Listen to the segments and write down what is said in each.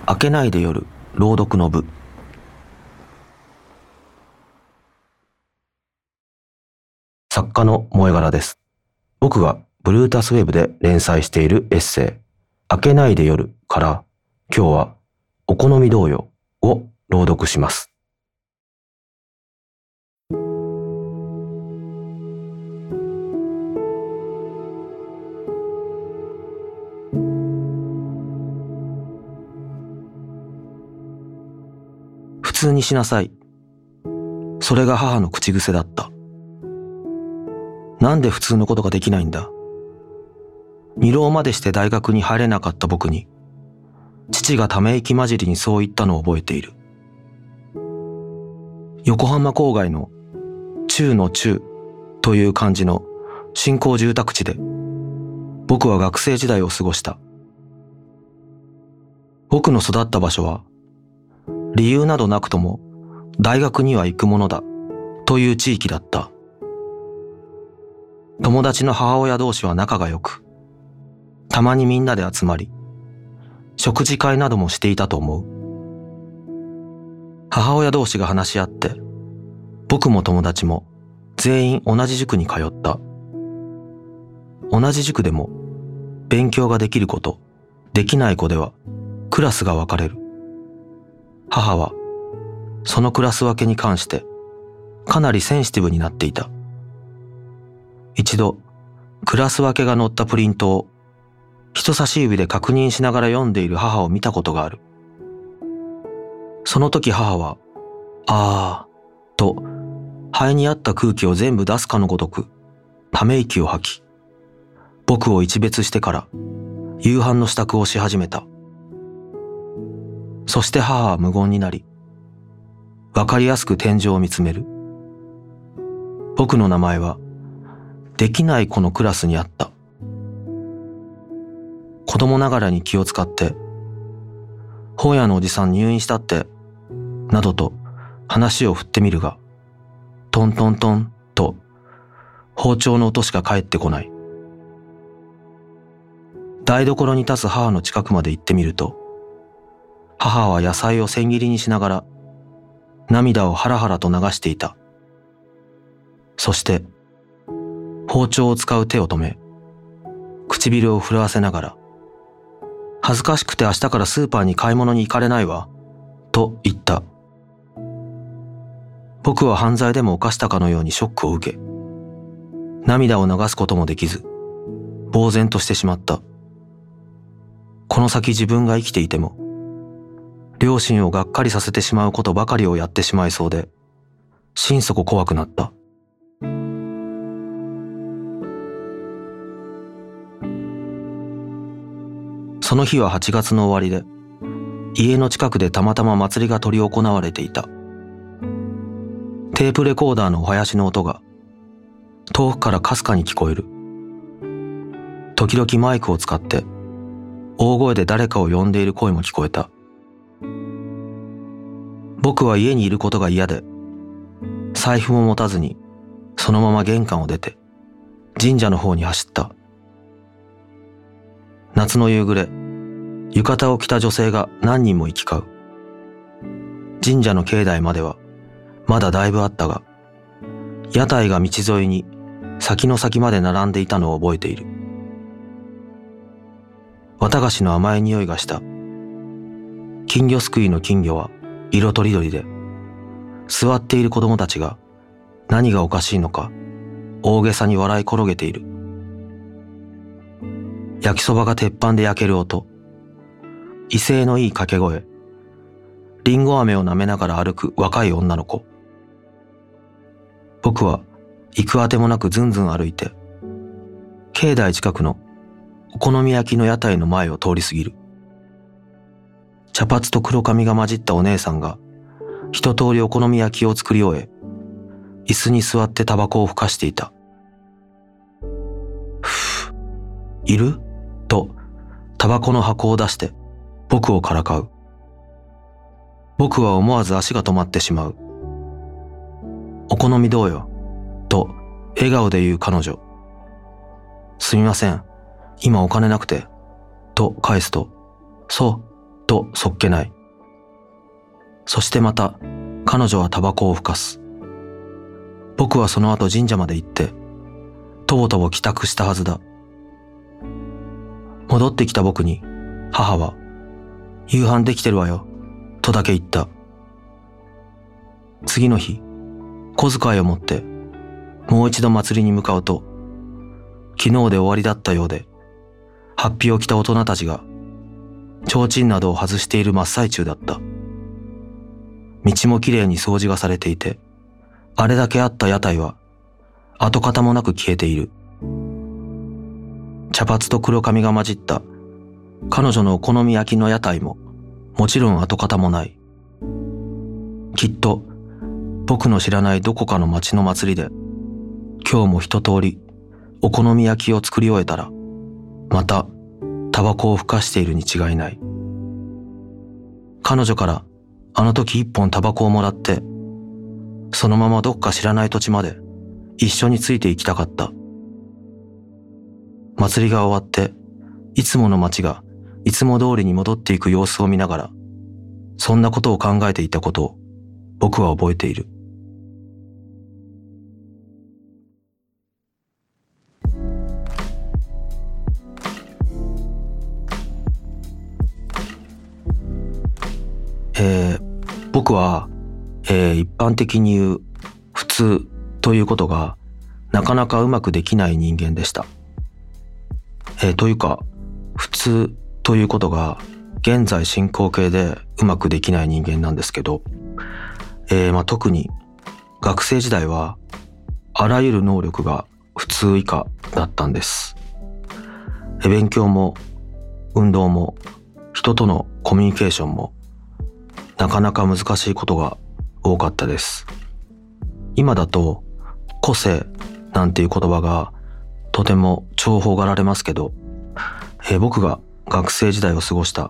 明けないで夜朗読の部。作家の萌柄です。僕がブルータスウェブで連載しているエッセイ明けないで夜から今日はお好み童謡を朗読します。普通にしなさい。それが母の口癖だった。なんで普通のことができないんだ。二浪までして大学に入れなかった僕に、父がため息混じりにそう言ったのを覚えている。横浜郊外の中の中という漢字の新興住宅地で、僕は学生時代を過ごした。僕の育った場所は、理由などなくとも大学には行くものだという地域だった。友達の母親同士は仲が良く、たまにみんなで集まり、食事会などもしていたと思う。母親同士が話し合って、僕も友達も全員同じ塾に通った。同じ塾でも勉強ができる子とできない子ではクラスが分かれる。母はそのクラス分けに関してかなりセンシティブになっていた。一度クラス分けが載ったプリントを人差し指で確認しながら読んでいる母を見たことがある。その時母はあーと肺にあった空気を全部出すかのごとくため息を吐き、僕を一別してから夕飯の支度をし始めた。そして母は無言になり、わかりやすく天井を見つめる。僕の名前はできない子のクラスにあった。子供ながらに気を使って、本屋のおじさん入院したって、などと話を振ってみるが、トントントンと包丁の音しか返ってこない。台所に立つ母の近くまで行ってみると、母は野菜を千切りにしながら涙をハラハラと流していた。そして包丁を使う手を止め、唇を震わせながら、恥ずかしくて明日からスーパーに買い物に行かれないわ、と言った。僕は犯罪でも犯したかのようにショックを受け、涙を流すこともできず、呆然としてしまった。この先自分が生きていても、両親をがっかりさせてしまうことばかりをやってしまいそうで、心底怖くなった。その日は8月の終わりで、家の近くでたまたま祭りが執り行われていた。テープレコーダーのお囃子の音が遠くからかすかに聞こえる。時々マイクを使って大声で誰かを呼んでいる声も聞こえた。僕は家にいることが嫌で、財布も持たずにそのまま玄関を出て神社の方に走った。夏の夕暮れ、浴衣を着た女性が何人も行き交う。神社の境内まではまだだいぶあったが、屋台が道沿いに先の先まで並んでいたのを覚えている。綿菓子の甘い匂いがした。金魚すくいの金魚は色とりどりで、座っている子供たちが何がおかしいのか大げさに笑い転げている。焼きそばが鉄板で焼ける音、威勢のいい掛け声、リンゴ飴を舐めながら歩く若い女の子。僕は行くあてもなくずんずん歩いて、境内近くのお好み焼きの屋台の前を通り過ぎる。茶髪と黒髪が混じったお姉さんが一通りお好み焼きを作り終え、椅子に座ってタバコをふかしていた。ふぅ、いる？とタバコの箱を出して僕をからかう。僕は思わず足が止まってしまう。お好みどうよ、と笑顔で言う彼女。すみません、今お金なくて、と返すと、そう、 とそっけない。そしてまた彼女はタバコをふかす。僕はその後神社まで行って、とぼとぼ帰宅したはずだ。戻ってきた僕に母は、夕飯できてるわよ、とだけ言った。次の日、小遣いを持ってもう一度祭りに向かうと、昨日で終わりだったようで、法被を着た大人たちが提灯などを外している真っ最中だった。道もきれいに掃除がされていて、あれだけあった屋台は跡形もなく消えている。茶髪と黒髪が混じった彼女のお好み焼きの屋台ももちろん跡形もない。きっと僕の知らないどこかの町の祭りで、今日も一通りお好み焼きを作り終えたら、またタバコをふかしているに違いない。彼女からあの時一本タバコをもらって、そのままどっか知らない土地まで一緒について行きたかった。祭りが終わって、いつもの街がいつも通りに戻っていく様子を見ながら、そんなことを考えていたことを僕は覚えている。僕は、一般的に言う普通ということがなかなかうまくできない人間でした。というか、普通ということが現在進行形でうまくできない人間なんですけど、特に学生時代はあらゆる能力が普通以下だったんです。勉強も運動も人とのコミュニケーションもなかなか難しいことが多かったです。今だと個性なんていう言葉がとても重宝がられますけど、僕が学生時代を過ごした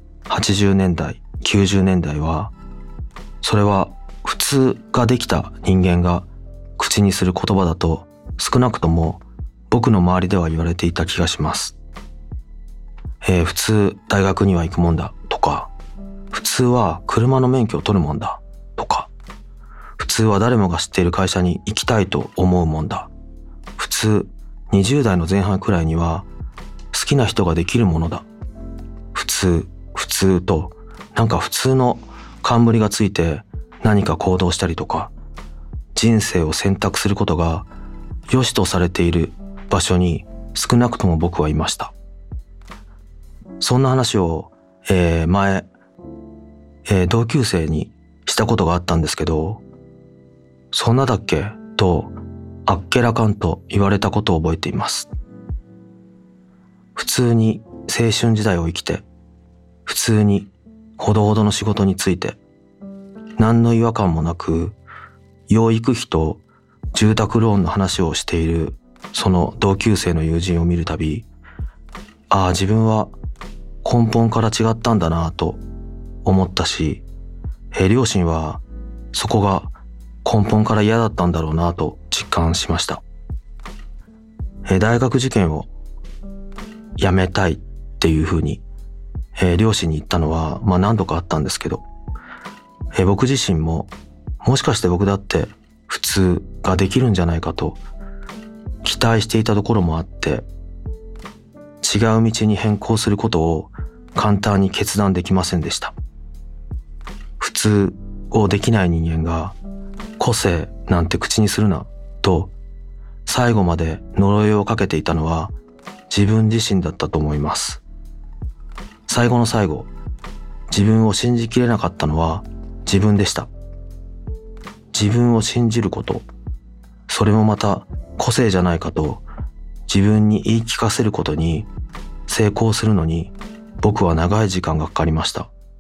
80年代、90年代は、それは普通ができた人間が口にする言葉だと少なくとも僕の周りでは言われていた気がします。普通大学には行くもんだとか、普通は車の免許を取るもんだとか、普通は誰もが知っている会社に行きたいと思うもんだ。普通、20代の前半くらいには好きな人ができるものだ。普通と、なんか普通の冠がついて何か行動したりとか、人生を選択することが良しとされている場所に少なくとも僕はいました。そんな話を、前、同級生にしたことがあったんですけど、そんなだっけとあっけらかんと言われたことを覚えています。普通に青春時代を生きて、普通にほどほどの仕事について、何の違和感もなく養育費と住宅ローンの話をしているその同級生の友人を見るたび、ああ自分は根本から違ったんだなぁと思ったし、両親はそこが根本から嫌だったんだろうなぁと実感しました。大学受験をやめたいっていうふうに、両親に言ったのは何度かあったんですけど、僕自身ももしかして僕だって普通ができるんじゃないかと期待していたところもあって、違う道に変更することを簡単に決断できませんでした。普通をできない人間が個性なんて口にするなと最後まで呪いをかけていたのは自分自身だったと思います。最後の最後、自分を信じきれなかったのは自分でした。自分を信じること、それもまた個性じゃないかと自分に言い聞かせることに成功するのに僕は長い時間がかかりました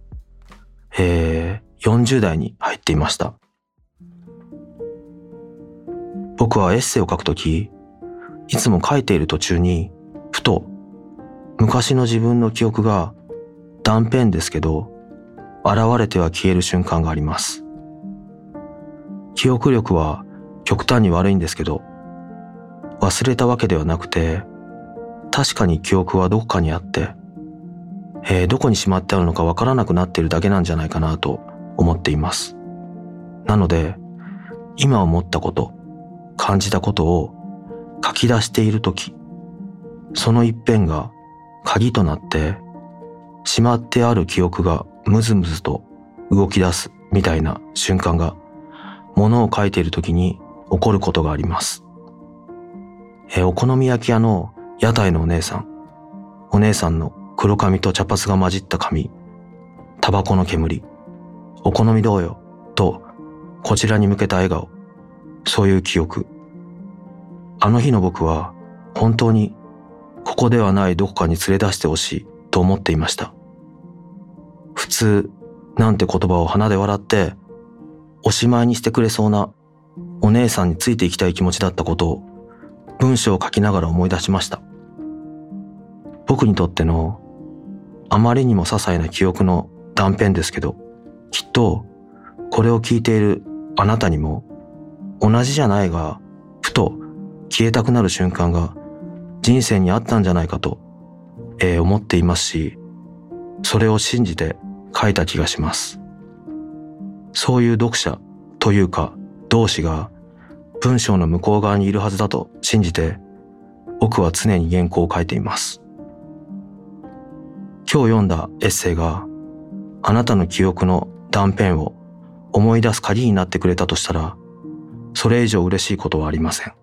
。40代に入っていました。僕はエッセイを書くとき、いつも書いている途中にふと昔の自分の記憶が断片ですけど現れては消える瞬間があります。記憶力は極端に悪いんですけど、忘れたわけではなくて確かに記憶はどこかにあって、 どこにしまってあるのかわからなくなっているだけなんじゃないかなと思っています。なので、今思ったこと、感じたことを書き出しているとき、その一辺が鍵となって、しまってある記憶がムズムズと動き出すみたいな瞬間が、物を書いているときに起こることがあります。お好み焼き屋の屋台のお姉さんの黒髪と茶髪が混じった髪、タバコの煙、お好みどうよとこちらに向けた笑顔、そういう記憶。あの日の僕は本当にここではないどこかに連れ出してほしいと思っていました。普通なんて言葉を鼻で笑っておしまいにしてくれそうなお姉さんについていきたい気持ちだったことを文章を書きながら思い出しました。僕にとってのあまりにも些細な記憶の断片ですけど、きっとこれを聞いているあなたにも同じじゃないがふと消えたくなる瞬間が人生にあったんじゃないかと、思っていますし、それを信じて書いた気がします。そういう読者というか同志が文章の向こう側にいるはずだと信じて、僕は常に原稿を書いています。今日読んだエッセイがあなたの記憶の断片を思い出す鍵になってくれたとしたら、それ以上嬉しいことはありません。